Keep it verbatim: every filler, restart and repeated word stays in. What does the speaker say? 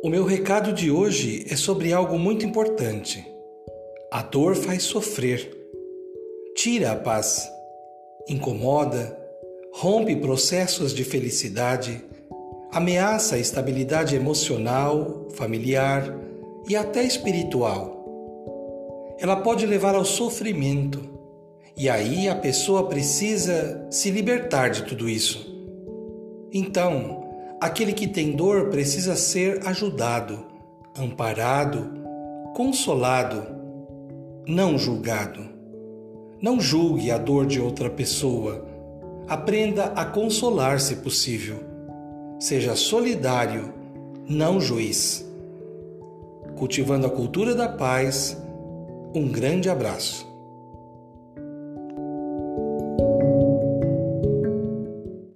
O meu recado de hoje é sobre algo muito importante. A dor faz sofrer, tira a paz, incomoda, rompe processos de felicidade, ameaça a estabilidade emocional, familiar e até espiritual. Ela pode levar ao sofrimento, e aí a pessoa precisa se libertar de tudo isso. Então, aquele que tem dor precisa ser ajudado, amparado, consolado, não julgado. Não julgue a dor de outra pessoa. Aprenda a consolar se possível. Seja solidário, não juiz. Cultivando a cultura da paz, um grande abraço.